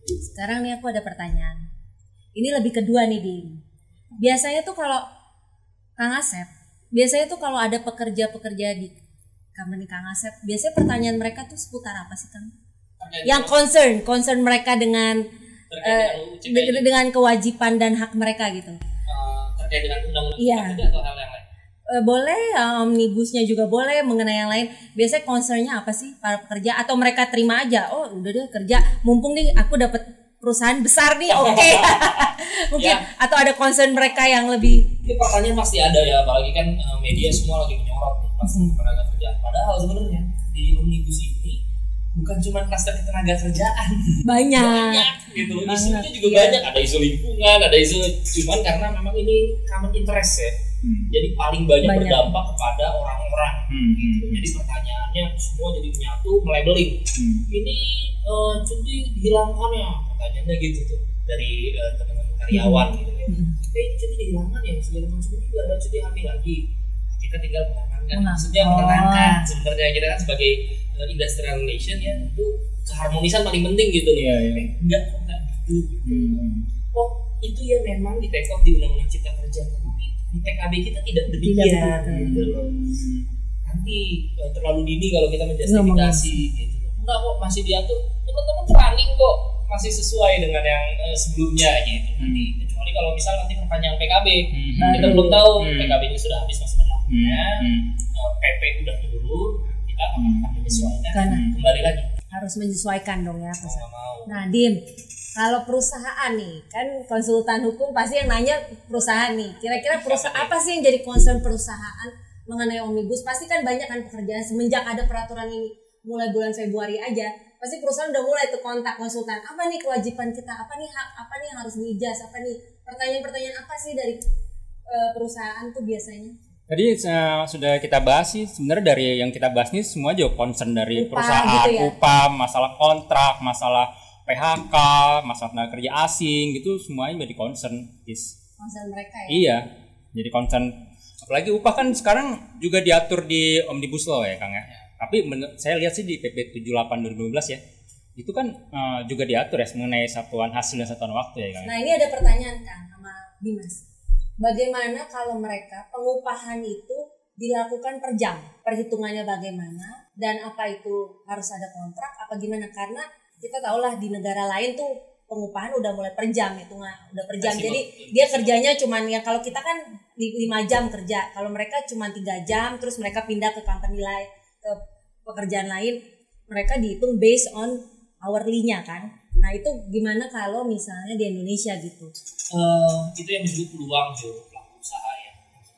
Sekarang nih aku ada pertanyaan. Ini lebih kedua nih, Dim. Biasanya tuh kalau Kang Asep, biasanya tuh kalau ada pekerja-pekerja di company Kang Asep, biasanya pertanyaan mereka tuh seputar apa sih, Kang? Yang concern mereka dengan dengan kewajiban dan hak mereka gitu. Terkait dengan undang-undang iya. Atau hal yang lain? Boleh, omnibusnya juga boleh, mengenai yang lain. Biasanya concernnya apa sih para pekerja? Atau mereka terima aja, oh udah deh kerja, mumpung nih aku dapat perusahaan besar nih, oke. Mungkin ya. Atau ada concern mereka yang lebih. Ini pertanyaan pasti ada ya, apalagi kan media semua lagi menyorot nih masalah tenaga kerja. Padahal sebenarnya di omnibus ini bukan cuma klaster tenaga kerjaan, banyak gitu. Isunya juga banyak, ada isu lingkungan, ada isu, cuman karena memang ini common interest ya. Jadi paling banyak berdampak kepada orang-orang. Gitu. Jadi pertanyaannya semua jadi menyatu, melabeling. Ini cuti dihilangkan ya, pertanyaannya gitu tuh dari teman-teman karyawan gitu ya. Ini cuti dihilangkan ya, segala macam itu ada cuti hamil lagi. Kita tinggal menenangkan, maksudnya menenangkan. Sebenarnya kita kan sebagai industrial relation ya, tentu keharmonisan paling penting gitu loh. Enggak gitu. Oh itu ya memang di take off di Undang-Undang Cipta Kerja, tapi di PKB kita tidak demikian gitu loh. Nanti terlalu dini kalau kita menjustifikasi gitu. Enggak kok, masih diatur, teman-teman running kok, masih sesuai dengan yang sebelumnya gitu. Nanti kecuali kalau misal nanti perpanjangan PKB, kita belum tahu PKB-nya sudah habis masa berlakunya, PP udah turun, kita akan menyesuaikan kembali lagi. Harus menyesuaikan dong ya. Nah, Dim, kalau perusahaan nih, kan konsultan hukum pasti yang nanya perusahaan nih. Kira-kira perusahaan apa sih yang jadi concern perusahaan mengenai omnibus? Pasti kan banyak kan pekerjaan semenjak ada peraturan ini. Mulai bulan Februari aja, pasti perusahaan udah mulai tuh kontak konsultan. Apa nih kewajiban kita? Apa nih hak? Apa nih yang harus diijas? Apa nih pertanyaan-pertanyaan apa sih dari perusahaan tuh biasanya? Tadi sudah kita bahas sih, sebenarnya dari yang kita bahas ini semua juga concern dari perusahaan, gitu ya? Upah, masalah kontrak, masalah PHK, masalah tenaga kerja asing gitu, semuanya jadi concern. Concern mereka ya? Iya, jadi concern. Apalagi upah kan sekarang juga diatur di Omnibus Law ya Kang ya. Tapi saya lihat sih di PP 78 2012 ya, itu kan juga diatur ya mengenai satuan hasil dan satuan waktu ya Kang. Nah ini ada pertanyaan Kang sama Dimas. Bagaimana kalau mereka pengupahan itu dilakukan per jam? Perhitungannya bagaimana? Dan apa itu harus ada kontrak? Apa gimana? Karena kita tahulah di negara lain tuh pengupahan udah mulai per jam, udah per jam. Jadi dia kerjanya cuman ya, kalau kita kan 5 jam kerja, kalau mereka cuma 3 jam, terus mereka pindah ke company lain, ke pekerjaan lain, mereka dihitung based on hourly-nya kan. Nah itu gimana kalau misalnya di Indonesia gitu? Itu yang disebut peluang untuk pelaku usaha ya.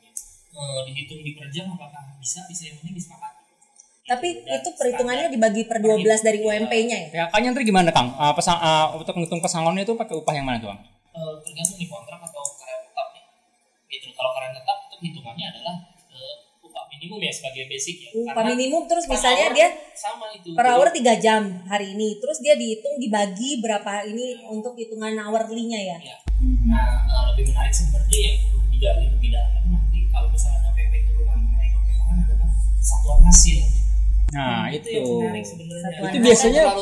Dihitung di per jam apakah bisa yang ini disepakati. Tapi itu perhitungannya dibagi per 12 dari UMP-nya ya? Ya, Kang Yantri gimana Kang? Untuk menghitung pesangonnya itu pakai upah yang mana tuh Kang? Tergantung nih kontrak atau karyawan tetap nih. Gitu. Kalau karyawan tetap itu hitungannya adalah upah minimum ya sebagai basic ya. Upah minimum terus misalnya dia sama itu. Per hour 3 jam hari ini. Terus dia dihitung dibagi berapa ini untuk hitungan hourly-nya ya? Ya. Nah, lebih menarik sebenarnya yang perlu digali lebih dalam nanti kalau misalnya ada PP turunan mengenai kepekaan adalah satuan hasil. Nah, itu yang menarik sebenarnya. Itu biasanya terlalu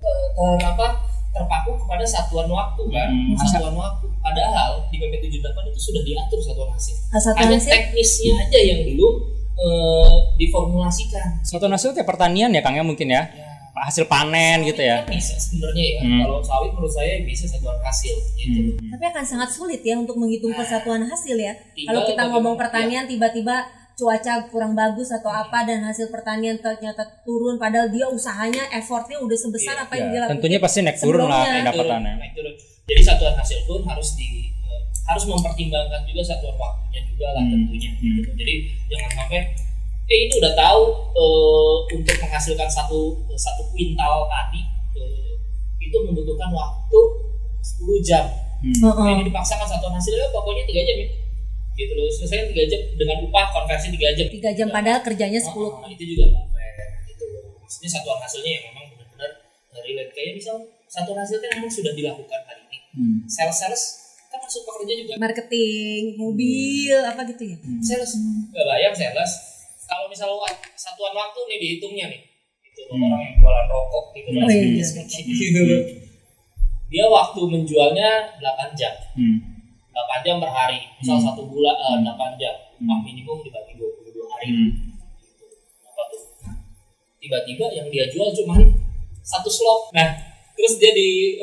terpaku kepada satuan waktu kan. Satuan waktu. Padahal di PP 78 itu sudah diatur satuan hasil. Hanya teknisnya aja yang belum diformulasikan. Satuan hasil kayak pertanian ya Kang ya mungkin ya. Hasil panen gitu ya. Bisa sebenarnya ya. Kalau sawit menurut saya bisa satuan hasil gitu. Tapi akan sangat sulit ya untuk menghitung persatuan hasil ya. Kalau kita ngomong pertanian tiba-tiba cuaca kurang bagus atau apa dan hasil pertanian ternyata turun padahal dia usahanya effortnya udah sebesar apa yang dia lakukan. Tentunya pasti naik turun lah pendapatannya. Jadi satuan hasil pun harus mempertimbangkan juga satuan waktunya juga lah tentunya. Jadi jangan sampai ini udah tahu untuk menghasilkan satu kuintal tadi itu membutuhkan waktu 10 jam. Ini dipaksakan satuan hasilnya pokoknya 3 jam ya. Gitu loh, selesai 3 jam dengan upah konversi 3 jam. 3 jam padahal kerjanya 10. Itu juga nggak fair gitu loh. Maksudnya satuan hasilnya yang memang benar-benar relate kayak misal satuan hasil kan memang sudah dilakukan hari ini. Sales kan masuk pekerja juga. Marketing, mobil apa gitu ya. Sales nggak bayang sales. Kalau misal satuan waktu nih dihitungnya nih, itu orang yang jualan rokok gitu dia waktu menjualnya 8 jam. 8 jam per hari. Misal 1 bulan 8 jam. Upah minimum dibagi 22 hari. Apa tuh? Tiba-tiba yang dia jual cuma 1 slot. Nah, terus dia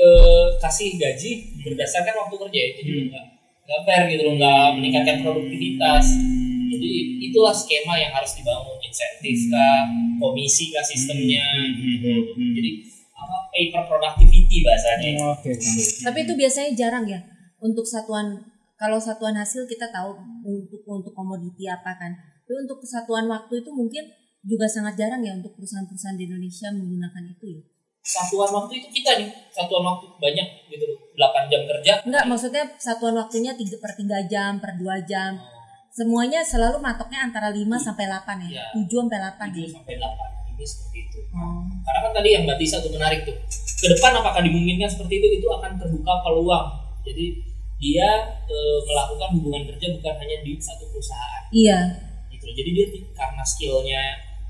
dikasih gaji berdasarkan waktu kerja, itu juga nggak fair gitu loh, nggak meningkatkan produktivitas. Jadi itulah skema yang harus dibangun, insentif kah, komisi kah sistemnya gitu. Jadi apa, pay per productivity bahasanya. Tapi itu biasanya jarang ya untuk satuan, kalau satuan hasil kita tahu untuk komoditi apa kan. Tapi untuk kesatuan waktu itu mungkin juga sangat jarang ya untuk perusahaan-perusahaan di Indonesia menggunakan itu ya. Satuan waktu itu kita nih, satuan waktu banyak gitu loh, 8 jam kerja. Enggak, maksudnya satuan waktunya 3/3 jam, per 2 jam. Semuanya selalu matoknya antara 5 sampai 8 ya. 7 sampai 8 7 ya. sampai 8. Ini seperti itu. Karena kan tadi yang Mbak Tisa tuh menarik tuh. Ke depan apakah dimungkinkan seperti itu akan terbuka peluang. Jadi dia melakukan hubungan kerja bukan hanya di satu perusahaan. Iya. Gitu. Jadi dia karena skillnya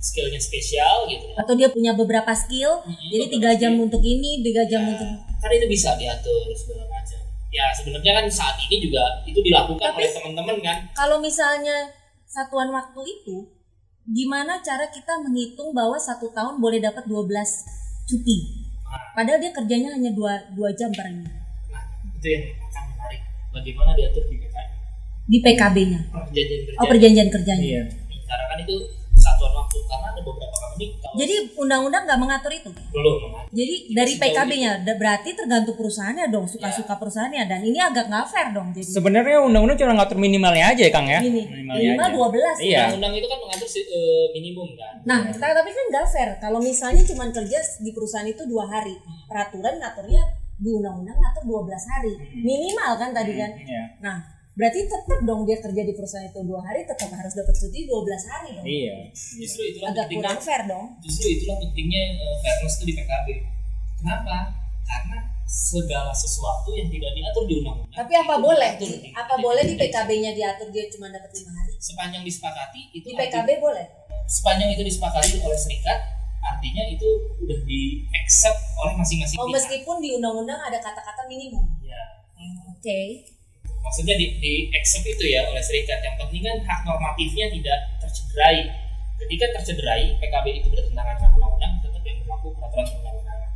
spesial gitu. Atau dia punya beberapa skill, jadi 3 jam untuk ini, 3 jam untuk. Kan itu bisa diatur segala macam. Ya sebenarnya kan saat ini juga itu dilakukan oleh teman-teman kan. Kalau misalnya satuan waktu itu, gimana cara kita menghitung bahwa 1 tahun boleh dapat 12 cuti? Padahal dia kerjanya hanya 2 jam per minggu. Nah, itu yang akan menarik. Bagaimana diatur di PKB? Di PKB-nya. Perjanjian kerja. Oh, perjanjian kerjanya. Iya. Karena kan itu satuan waktu, karena ada beberapa company. Jadi undang-undang nggak mengatur itu? Belum mengatur. Jadi dari PKB-nya, berarti tergantung perusahaannya dong, suka-suka perusahaannya, dan ini agak nggak fair dong. Jadi sebenarnya undang-undang cuma ngatur minimalnya aja ya Kang ya. Minimal 12. Iya. Undang-undang itu kan mengatur minimum kan. Nah, tapi kan nggak fair. Kalau misalnya cuma kerja di perusahaan itu 2 hari, peraturan ngaturnya di undang-undang ngatur 12 hari minimal kan tadi kan. Nah, berarti tetap dong dia kerja di perusahaan itu 2 hari tetap harus dapat cuti 12 hari dong. Iya. Justru itulah agak kurang fair dong. Justru itulah pentingnya fairness itu di PKB. Kenapa? Karena segala sesuatu yang tidak diatur di undang-undang. Tapi apa boleh? Apa boleh di PKB-nya diatur dia cuma dapat 5 hari? Sepanjang disepakati itu di PKB boleh. Sepanjang itu disepakati oleh serikat, artinya itu udah di-accept oleh masing-masing pihak. Meskipun di undang-undang ada kata-kata minimum. Ya. Oke. Maksudnya di-accept itu ya oleh serikat. Yang penting kan hak normatifnya tidak tercederai. Ketika tercederai, PKB itu bertentangan dengan undang-undang, tetap yang berlaku peraturan undang-undangan.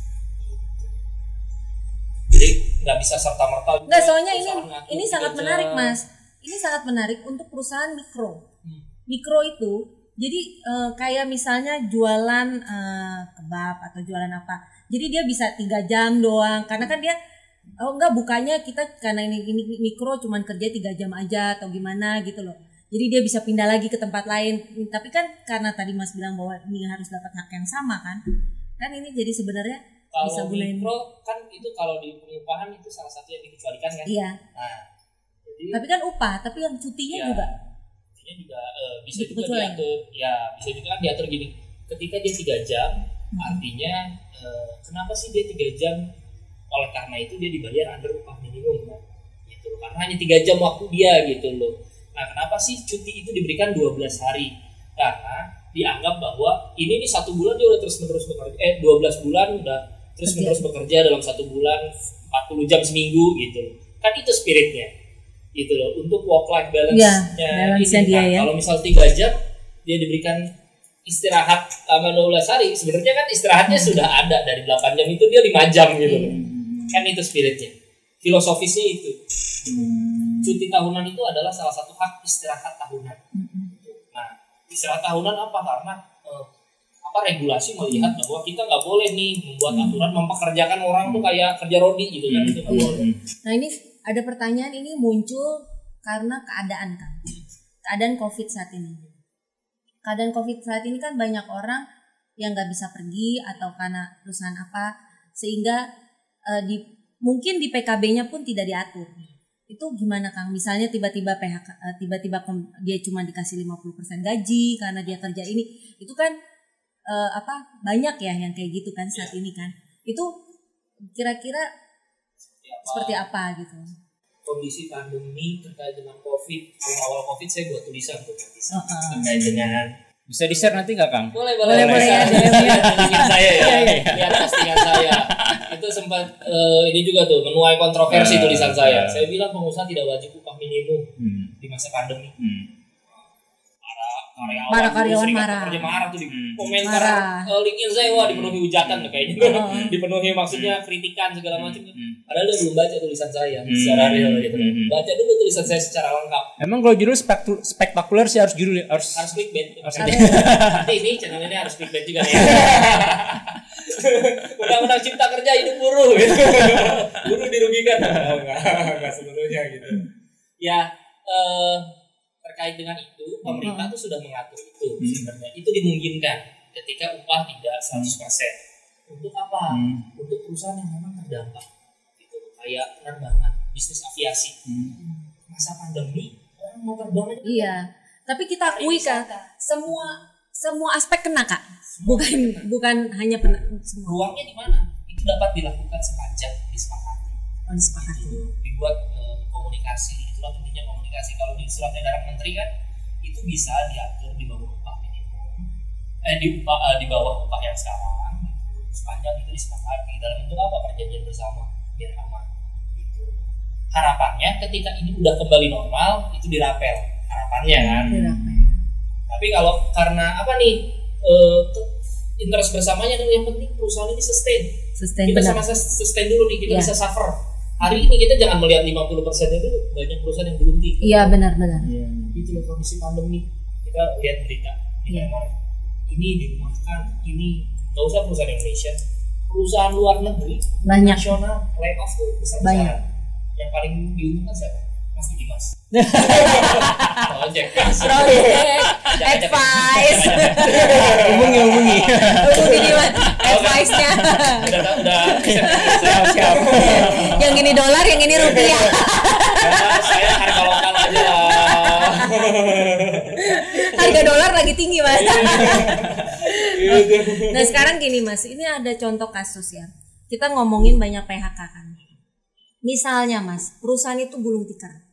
Jadi nggak bisa serta-merta. Nggak, soalnya ini sangat menarik Mas. Ini sangat menarik untuk perusahaan mikro. Mikro itu, jadi kayak misalnya jualan kebab atau jualan apa. Jadi dia bisa 3 jam doang, karena kan dia bukanya kita karena ini mikro cuman kerja 3 jam aja atau gimana gitu loh. Jadi dia bisa pindah lagi ke tempat lain. Tapi kan karena tadi Mas bilang bahwa ini harus dapat hak yang sama kan. Kan ini jadi sebenarnya kalau bisa gunain. Mikro kan itu kalau di pengupahan itu salah satu yang dikecualikan kan. Iya. Nah, jadi tapi kan upah, tapi yang cutinya ya, juga. Cutinya juga bisa juga diatur. Ya, bisa juga kan diatur gini. Ketika dia 3 jam, artinya kenapa sih dia 3 jam? Oleh karena itu dia dibayar under upah minimum kan? Gitu. Karena hanya 3 jam waktu dia gitu loh. Nah, kenapa sih cuti itu diberikan 12 hari? Karena dianggap bahwa ini nih 1 bulan dia udah terus-menerus bekerja, 12 bulan udah terus-menerus bekerja dalam 1 bulan 40 jam seminggu gitu loh. Kan itu spiritnya. Gitu loh, untuk work life balance-nya dia ya. Kalau misal 3 jam dia diberikan istirahat sama 12 hari, sebenarnya kan istirahatnya sudah ada dari 8 jam itu dia 5 jam gitu loh. Kan itu spiritnya. Filosofisnya itu. Cuti tahunan itu adalah salah satu hak istirahat tahunan. Nah, istirahat tahunan apa? Karena regulasi melihat bahwa kita nggak boleh nih membuat aturan mempekerjakan orang tuh kayak kerja rodi gitu kan. Itu nggak boleh. Nah, ini ada pertanyaan, ini muncul karena keadaan kan. Keadaan COVID saat ini. Keadaan COVID saat ini kan banyak orang yang nggak bisa pergi atau karena perusahaan apa, sehingga mungkin di PKB-nya pun tidak diatur. Itu gimana Kang? Misalnya tiba-tiba PHK, dia cuma dikasih 50% gaji karena dia kerja ini. Itu kan banyak ya yang kayak gitu kan saat ini kan. Itu kira-kira seperti apa gitu? Kondisi pandemi terkait dengan COVID, awal COVID saya buat tulisan tuh terkait dengan. Bisa di-share nanti nggak Kang? Boleh ya. Lihat postingan saya ya. Lihat postingan saya. itu sempat ini juga tuh menuai kontroversi tulisan saya. Saya bilang pengusaha tidak wajib upah minimum di masa pandemi. Para karyawan marah tuh di komentar LinkedIn saya, wah dipenuhi hujatan kayaknya. Dipenuhi maksudnya kritikan segala macam. Padahal dia belum baca tulisan saya secara real gitu. Baca dulu tulisan saya secara lengkap. Emang kalau judul spektakuler sih harus clickbait. Nanti ini channel ini harus clickbait juga ya. Undang-undang Cipta Kerja hidup buruh gitu. Buruh dirugikan. Enggak seluruhnya gitu. Ya, terkait dengan itu pemerintah tuh sudah mengatur itu sebenarnya. Itu dimungkinkan ketika upah tidak 100%. Untuk apa? Untuk perusahaan yang memang terdampak gitu. Kayak penerbangan, bisnis aviasi. Masa pandemi orang mau terbang aja. Iya. Tapi kita akui kan semua aspek kena Kak. Bukan hanya semua. Ruangnya di mana? Itu dapat dilakukan sepanjang disepakati. Disepakati. Dibuat komunikasi. Itulah pentingnya komunikasi. Kalau di surat edaran menteri kan itu bisa diatur di bawah upah minimum. Di bawah upah yang sekarang gitu. Sepanjang itu disepakati dalam bentuk apa? Perjanjian bersama biar aman gitu. Harapannya ketika ini udah kembali normal itu dirapel. Harapannya kan. Tapi kalau karena apa nih interest bersamanya kan yang penting perusahaan ini sustain kita sama-sama sustain dulu nih, kita bisa suffer. Hari ini kita jangan melihat 50% itu banyak perusahaan yang belum tinggal. Iya benar. Itu loh kondisi pandemi. Kita lihat berita ini dirumahkan, ini nggak usah perusahaan Indonesia, perusahaan luar negeri banyak nasional layoff tuh besar-besaran. Yang paling diuntungkan siapa? Pasti Dimas. Project advice. hubungi Dimas advice-nya. Udah siap. Yang ini dolar, yang ini rupiah. Saya harga lokal aja lah. Harga dolar lagi tinggi Mas. Nah sekarang gini Mas, ini ada contoh kasus ya. Kita ngomongin banyak PHK kan. Misalnya Mas, perusahaan itu gulung tikar.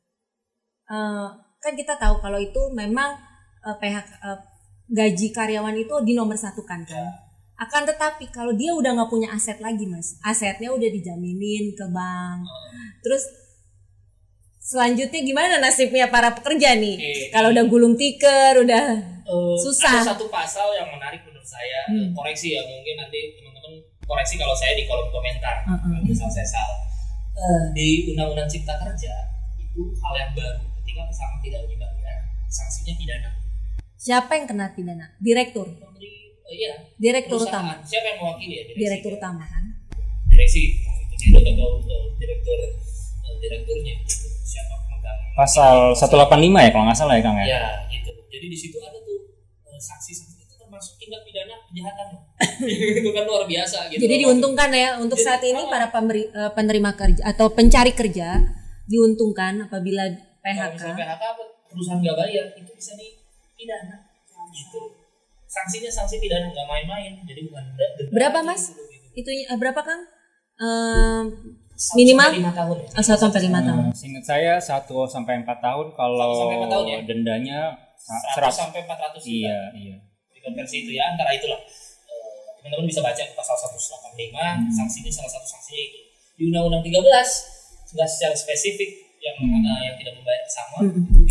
Kan kita tahu kalau itu memang PHK gaji karyawan itu dinomorsatukan kan. Akan tetapi kalau dia udah nggak punya aset lagi Mas, asetnya udah dijaminin ke bank. Terus selanjutnya gimana nasibnya para pekerja nih? Kalau udah gulung tikar, udah susah. Ada satu pasal yang menarik menurut saya, koreksi ya mungkin nanti teman-teman koreksi kalau saya di kolom komentar, misal saya salah. Di Undang-Undang Cipta Kerja itu hal yang baru. Ketika pesangon tidak dibayar, sanksinya pidana. Siapa yang kena pidana? Direktur. Direktur perusahaan. utama. Siapa yang mewakili ya? Direktur utama kan? Direksi. Itu dia udah tahu direkturnya. Siapa pemegang? Pasal 185 ya kalau nggak salah ya Kang ya. Ya gitu. Jadi di situ ada tuh sanksi-sanksi itu termasuk tindak pidana kejahatan. Itu kan luar biasa gitu. Jadi diuntungkan ya untuk saat ini para penerima kerja atau pencari kerja diuntungkan apabila PHK. Kalau PHK perusahaan nggak bayar itu bisa dipidana gitu. Sanksinya sanksi pidana nggak main-main. Jadi bukan denda. Berapa Mas? Itu berapa Kang? Minimal 1 tahun ya. 1 sampai 5 tahun. Seingat saya 1 sampai 4 tahun kalau 1 sampai 4 tahun ya? Dendanya 100 sampai 400 juta. Iya. Dikonversi itu ya antara itulah. Teman-teman bisa baca pasal 185, sanksinya salah satu sanksinya itu. Di Undang-Undang 13 nggak secara spesifik yang tidak membayar pesangon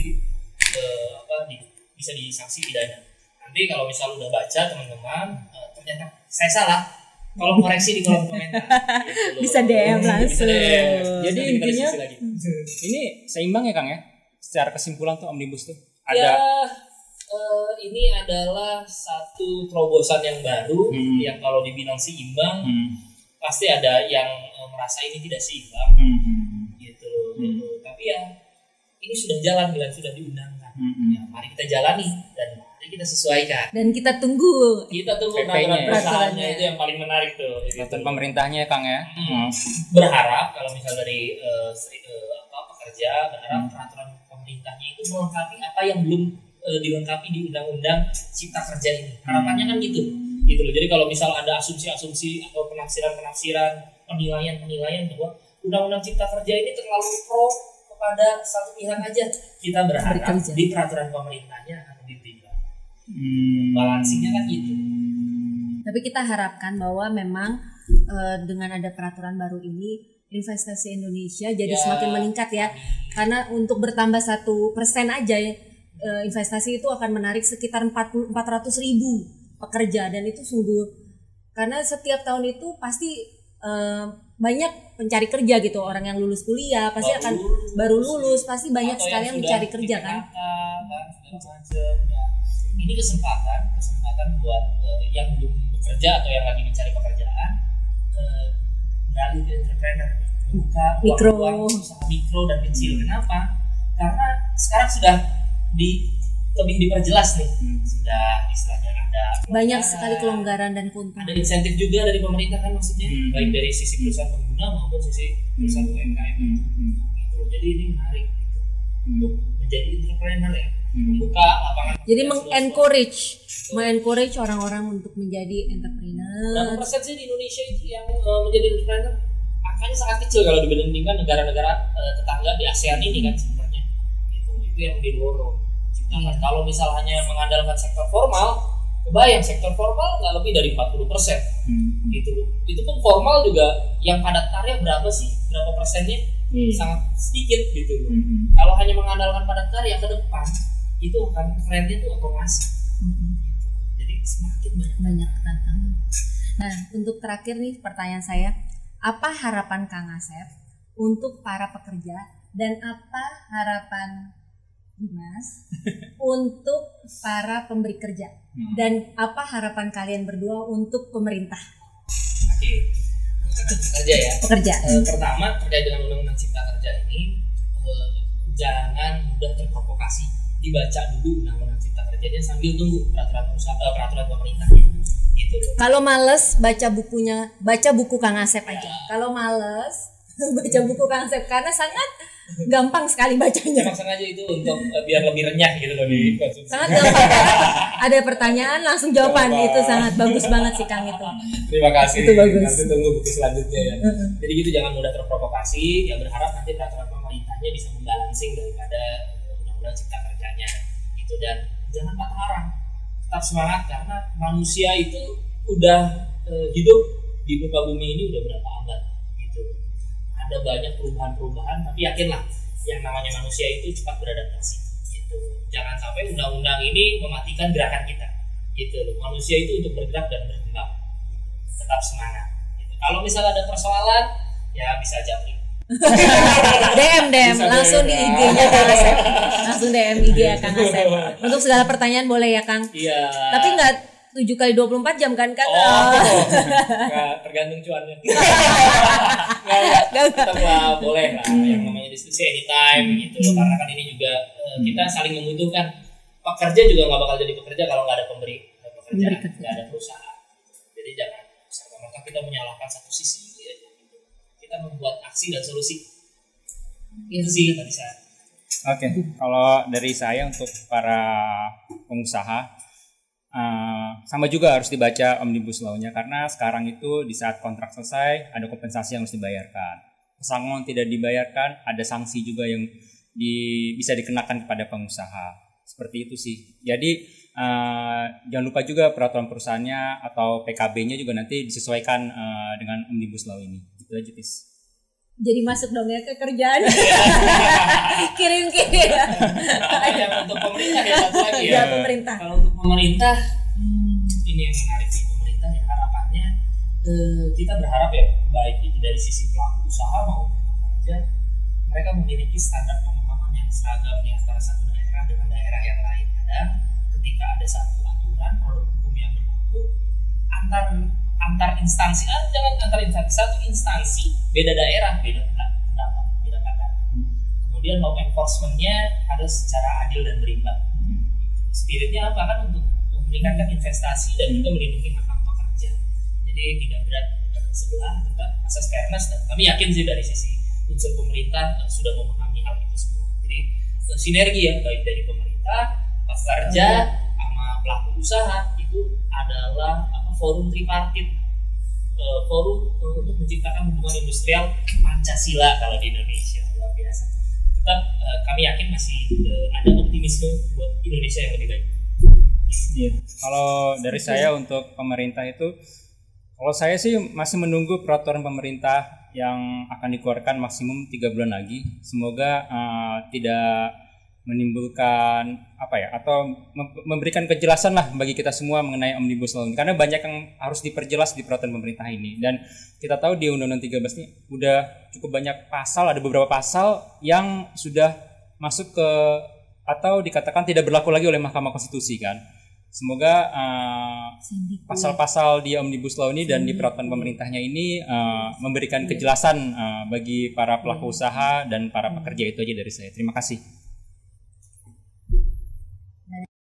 bisa disanksi pidana. Nanti kalau misal udah baca teman-teman ternyata saya salah, tolong koreksi di kolom komentar. Gitu bisa DM langsung. Jadi intinya ini seimbang ya Kang ya. Secara kesimpulan tuh omnibus tuh ada. Ya, ini adalah satu terobosan yang baru yang kalau dibilang seimbang pasti ada yang merasa ini tidak seimbang. Gitu. Tapi ya ini sudah jalan dan sudah diundangkan. Ya, mari kita jalani dan mari kita sesuaikan. Dan kita tunggu. peraturan perusahaannya itu yang paling menarik tuh. Peraturan pemerintahnya ya Kang ya. Berharap kalau misal dari pekerja berharap peraturan pemerintahnya itu melengkapi apa yang belum dilengkapi di Undang-Undang Cipta Kerja ini. Harapannya kan gitu loh. Jadi kalau misal ada asumsi-asumsi atau penafsiran, penilaian bahwa Undang-Undang Cipta Kerja ini terlalu pro kepada satu pihak aja, kita berharap di peraturan pemerintahnya akan diterima. Balansinya kan gitu. Tapi kita harapkan bahwa memang dengan ada peraturan baru ini investasi Indonesia jadi semakin meningkat ya. Karena untuk bertambah 1% aja investasi itu akan menarik sekitar 400.000 pekerja, dan itu sungguh, karena setiap tahun itu pasti banyak pencari kerja gitu, orang yang lulus kuliah pasti baru lulus pasti banyak sekali yang mencari kerja kan. Ini kesempatan buat yang belum bekerja atau yang lagi mencari pekerjaan beralih ke entrepreneur, buka ruang usaha mikro dan kecil. Kenapa? Karena sekarang sudah lebih diperjelas nih, sudah istilahnya ada banyak sekali kelonggaran dan keuntungan. Ada insentif juga dari pemerintah kan, maksudnya baik dari sisi perusahaan pengguna maupun sisi perusahaan UMKM gitu. Jadi ini menarik gitu untuk menjadi entrepreneur ya, membuka lapangan. Jadi mengencourage orang-orang untuk menjadi entrepreneur. Berapa persen sih di Indonesia itu yang menjadi entrepreneur? Angkanya sangat kecil kalau dibandingkan negara-negara tetangga di ASEAN ini kan sebenarnya. Itu yang didorong. Kalau misalnya mengandalkan sektor formal, kebayang sektor formal nggak lebih dari 40% gitu. Itu pun formal juga yang padat karya berapa persennya? Sangat sedikit gitu. Kalau hanya mengandalkan padat karya ke depan, itu akan trendnya tuh otomasi. Jadi semakin banyak tantangan. Nah, untuk terakhir nih pertanyaan saya, apa harapan Kang Asep untuk para pekerja dan apa harapan Dimas untuk para pemberi kerja, dan apa harapan kalian berdua untuk pemerintah? Oke, pekerja. Pertama terkait dengan Undang-Undang Cipta Kerja ini, jangan mudah terprovokasi, dibaca dulu Undang-Undang Cipta Kerjanya sambil tunggu peraturan pemerintahnya. Gitu. Kalau males baca buku Kang Asep aja. Kalau males baca buku Kang Asep karena sangat gampang sekali bacanya. Memang sengaja itu untuk biar lebih renyah gitu loh di konsumsi. Sangat gampang karena ada pertanyaan langsung jawaban. Itu sangat bagus banget sih Kang itu. Terima kasih. Itu bagus. Nanti tunggu buku selanjutnya ya. Jadi gitu, jangan mudah terprovokasi. Ya berharap nanti peraturan pemerintahnya bisa membalancing daripada Undang-Undang Cipta Kerjanya. Gitu, dan jangan patah arang. Tetap semangat karena manusia itu udah hidup di muka bumi ini udah berapa abad gitu. Ada banyak perubahan-perubahan, tapi yakinlah yang namanya manusia itu cepat beradaptasi gitu. Jangan sampai undang-undang ini mematikan gerakan kita gitu. Manusia itu untuk bergerak dan berkembang. Tetap semangat gitu. Kalau misalnya ada persoalan ya bisa japri. DM langsung di IG-nya Kang Asep. Langsung DM IG ya Kang Asep. Untuk segala pertanyaan boleh ya Kang. Iya. Tapi enggak 7x24 jam kan Kang? Nggak, tergantung cuannya. Tetap lah, boleh lah yang namanya diskusi anytime gitu. Karena kan ini juga kita saling membutuhkan. Pekerja juga nggak bakal jadi pekerja kalau nggak ada pemberi pekerjaan, nggak ada perusahaan. Jadi jangan serta-merta kita menyalahkan satu sisi aja. Kita membuat aksi dan solusi. Itu sih tadi saya. Oke, kalau dari saya untuk para pengusaha, sama juga harus dibaca Omnibus Law-nya, karena sekarang itu di saat kontrak selesai ada kompensasi yang harus dibayarkan. Pesangon tidak dibayarkan, ada sanksi juga yang bisa dikenakan kepada pengusaha. Seperti itu sih. Jadi jangan lupa juga peraturan perusahaannya atau PKB-nya juga nanti disesuaikan dengan Omnibus Law ini. Itu aja, Tis. Jadi masuk dong ya ke kerjaan. Kirim. Yang untuk pemerintah ya satu lagi ya. Pemerintah. Kalau untuk pemerintah ini yang menarik sih, pemerintah ya harapannya kita berharap ya baik itu dari sisi pelaku usaha maupun pekerja, mereka memiliki standar pemahaman yang seragam di antara satu daerah dengan daerah yang lain. Dan ketika ada satu aturan produk hukum yang berlaku antar instansi, jangan antar instansi, satu instansi beda daerah beda pendapat, beda pandangan. Kemudian law enforcement-nya harus secara adil dan berimbang. Spiritnya apa kan, untuk meningkatkan investasi dan juga melindungi hak pekerja. Jadi tidak berat sebelah, tetap asas fairness, dan kami yakin sih dari sisi unsur pemerintah sudah memahami hal itu semua. Jadi sinergi ya, baik dari pemerintah, pekerja, sama pelaku usaha, itu adalah forum tripartit, forum untuk menciptakan hubungan industrial Pancasila kalau di Indonesia. Luar biasa. Tetap kami yakin masih ada optimisme buat Indonesia yang lebih baik. Iya. Kalau dari saya untuk pemerintah itu Kalau saya sih masih menunggu peraturan pemerintah yang akan dikeluarkan maksimum 3 bulan lagi. Semoga tidak menimbulkan atau memberikan kejelasan lah bagi kita semua mengenai Omnibus Law ini. Karena banyak yang harus diperjelas di peraturan pemerintah ini. Dan kita tahu di Undang-Undang 13 ini udah cukup banyak pasal, ada beberapa pasal yang sudah masuk ke atau dikatakan tidak berlaku lagi oleh Mahkamah Konstitusi kan. Semoga pasal-pasal di Omnibus Law ini dan di peraturan pemerintahnya ini memberikan kejelasan bagi para pelaku usaha dan para pekerja. Itu aja dari saya. Terima kasih.